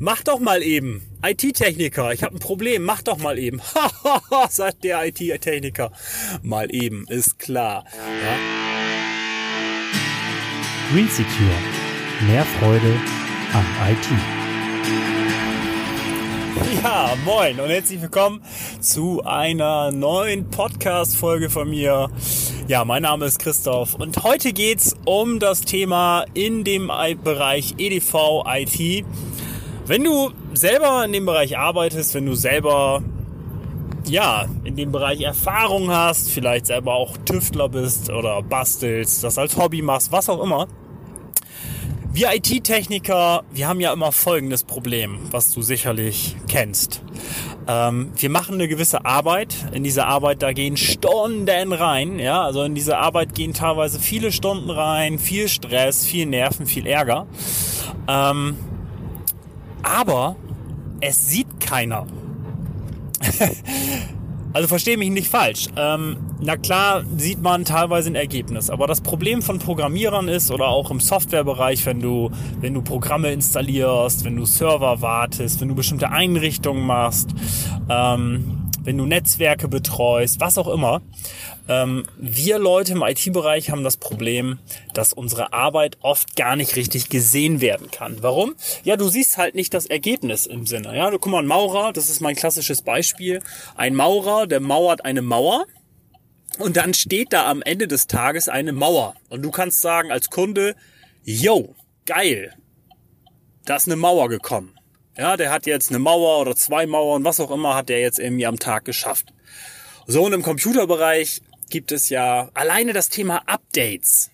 Mach doch mal eben. IT-Techniker, ich habe ein Problem, mach doch mal eben. Sagt der IT-Techniker. Mal eben, ist klar. Ja? Green Secure. Mehr Freude an IT. Ja, moin und herzlich willkommen zu einer neuen Podcast-Folge von mir. Ja, mein Name ist Christoph und heute geht's um das Thema in dem Bereich EDV IT. Wenn du selber in dem Bereich arbeitest, wenn du selber in dem Bereich Erfahrung hast, vielleicht selber auch Tüftler bist oder bastelst, das als Hobby machst, was auch immer. Wir IT-Techniker, wir haben ja immer folgendes Problem, was du sicherlich kennst. Wir machen eine gewisse Arbeit. In diese Arbeit, da gehen Stunden rein. Ja, also in diese Arbeit gehen teilweise viele Stunden rein, viel Stress, viel Nerven, viel Ärger. Aber es sieht keiner. Also verstehe mich nicht falsch. Na klar sieht man teilweise ein Ergebnis, aber das Problem von Programmierern ist, oder auch im Softwarebereich, wenn du Programme installierst, wenn du Server wartest, wenn du bestimmte Einrichtungen machst, wenn du Netzwerke betreust, was auch immer. Wir Leute im IT-Bereich haben das Problem, dass unsere Arbeit oft gar nicht richtig gesehen werden kann. Warum? Ja, du siehst halt nicht das Ergebnis im Sinne. Ja, guck mal, ein Maurer, das ist mein klassisches Beispiel. Ein Maurer, der mauert eine Mauer und dann steht da am Ende des Tages eine Mauer. Und du kannst sagen als Kunde, yo, geil, da ist eine Mauer gekommen. Ja, der hat jetzt eine Mauer oder 2 Mauern, was auch immer, hat der jetzt irgendwie am Tag geschafft. So, und im Computerbereich gibt es ja alleine das Thema Updates,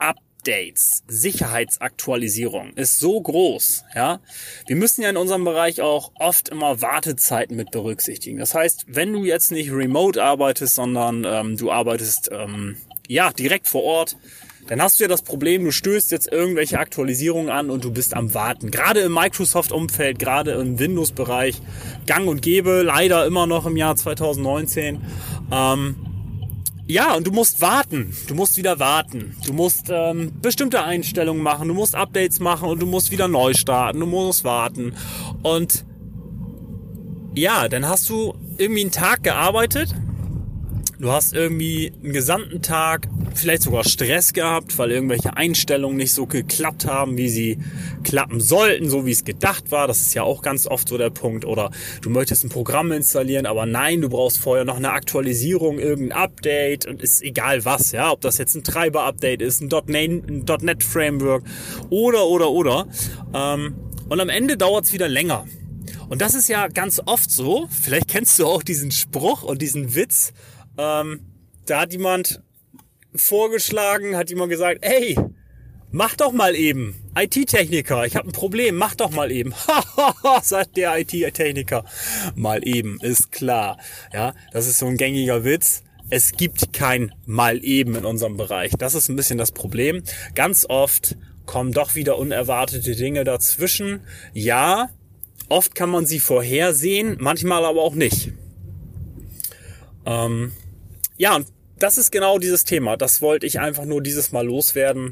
Sicherheitsaktualisierung ist so groß, ja. Wir müssen ja in unserem Bereich auch oft immer Wartezeiten mit berücksichtigen. Das heißt, wenn du jetzt nicht remote arbeitest, sondern du arbeitest direkt vor Ort, dann hast du ja das Problem, du stößt jetzt irgendwelche Aktualisierungen an und du bist am Warten. Gerade im Microsoft-Umfeld, gerade im Windows-Bereich, gang und gäbe, leider immer noch im Jahr 2019. Und du musst warten. Du musst wieder warten. Du musst bestimmte Einstellungen machen, du musst Updates machen und du musst wieder neu starten. Du musst warten. Und ja, dann hast du irgendwie einen Tag gearbeitet. Du hast irgendwie einen gesamten Tag vielleicht sogar Stress gehabt, weil irgendwelche Einstellungen nicht so geklappt haben, wie sie klappen sollten, so wie es gedacht war. Das ist ja auch ganz oft so der Punkt. Oder du möchtest ein Programm installieren, aber nein, du brauchst vorher noch eine Aktualisierung, irgendein Update und ist egal was, ja, ob das jetzt ein Treiber-Update ist, ein .NET-Framework oder. Und am Ende dauert's wieder länger. Und das ist ja ganz oft so. Vielleicht kennst du auch diesen Spruch und diesen Witz. Da hat jemand vorgeschlagen, hat jemand gesagt, ey, mach doch mal eben. IT-Techniker, ich habe ein Problem, mach doch mal eben. Sagt der IT-Techniker. Mal eben, ist klar. Ja, das ist so ein gängiger Witz. Es gibt kein mal eben in unserem Bereich. Das ist ein bisschen das Problem. Ganz oft kommen doch wieder unerwartete Dinge dazwischen. Ja, oft kann man sie vorhersehen, manchmal aber auch nicht. Und das ist genau dieses Thema. Das wollte ich einfach nur dieses Mal loswerden.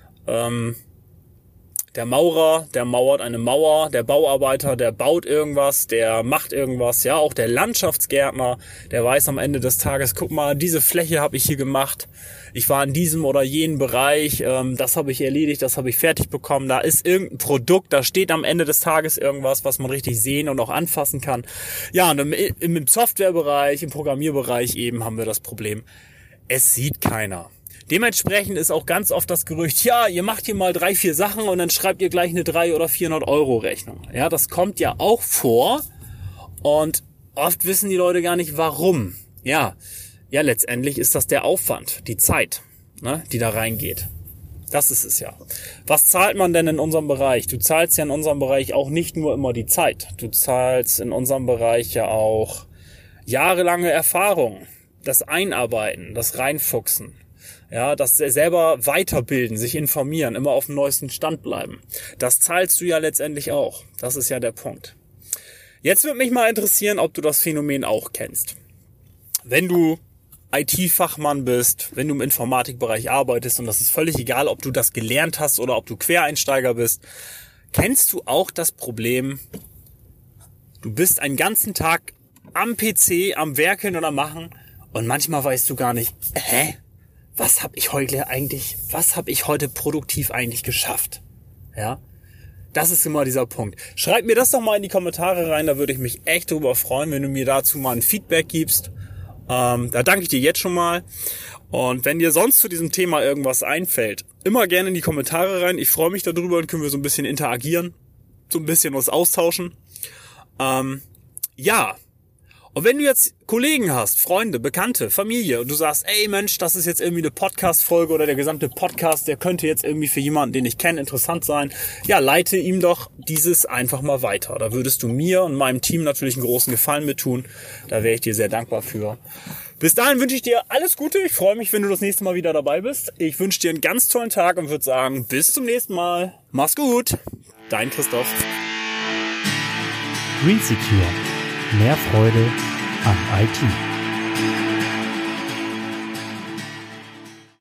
Der Maurer, der mauert eine Mauer. Der Bauarbeiter, der baut irgendwas, der macht irgendwas. Ja, auch der Landschaftsgärtner, der weiß am Ende des Tages, guck mal, diese Fläche habe ich hier gemacht. Ich war in diesem oder jenen Bereich. Das habe ich erledigt, das habe ich fertig bekommen. Da ist irgendein Produkt, da steht am Ende des Tages irgendwas, was man richtig sehen und auch anfassen kann. Ja, und im Softwarebereich, im Programmierbereich eben haben wir das Problem. Es sieht keiner. Dementsprechend ist auch ganz oft das Gerücht, ja, ihr macht hier mal 3, 4 Sachen und dann schreibt ihr gleich eine 300 oder 400 Euro Rechnung. Ja, das kommt ja auch vor und oft wissen die Leute gar nicht, warum. Ja, letztendlich ist das der Aufwand, die Zeit, ne, die da reingeht. Das ist es ja. Was zahlt man denn in unserem Bereich? Du zahlst ja in unserem Bereich auch nicht nur immer die Zeit. Du zahlst in unserem Bereich ja auch jahrelange Erfahrung. Das Einarbeiten, das Reinfuchsen, ja, das selber weiterbilden, sich informieren, immer auf dem neuesten Stand bleiben. Das zahlst du ja letztendlich auch. Das ist ja der Punkt. Jetzt würde mich mal interessieren, ob du das Phänomen auch kennst. Wenn du IT-Fachmann bist, wenn du im Informatikbereich arbeitest, und das ist völlig egal, ob du das gelernt hast oder ob du Quereinsteiger bist, Kennst du auch das Problem, du bist einen ganzen Tag am PC, am Werkeln oder machen und manchmal weißt du gar nicht, was habe ich heute produktiv eigentlich geschafft? Ja, das ist immer dieser Punkt. Schreib mir das doch mal in die Kommentare rein, da würde ich mich echt drüber freuen, wenn du mir dazu mal ein Feedback gibst. Da danke ich dir jetzt schon mal. Und wenn dir sonst zu diesem Thema irgendwas einfällt, immer gerne in die Kommentare rein. Ich freue mich darüber und können wir so ein bisschen interagieren, so ein bisschen was austauschen. Ja. Und wenn du jetzt Kollegen hast, Freunde, Bekannte, Familie und du sagst, ey Mensch, das ist jetzt irgendwie eine Podcast-Folge oder der gesamte Podcast, der könnte jetzt irgendwie für jemanden, den ich kenne, interessant sein, ja, leite ihm doch dieses einfach mal weiter. Da würdest du mir und meinem Team natürlich einen großen Gefallen mit tun. Da wäre ich dir sehr dankbar für. Bis dahin wünsche ich dir alles Gute. Ich freue mich, wenn du das nächste Mal wieder dabei bist. Ich wünsche dir einen ganz tollen Tag und würde sagen, bis zum nächsten Mal. Mach's gut. Dein Christoph. Green Secure. Mehr Freude am IT.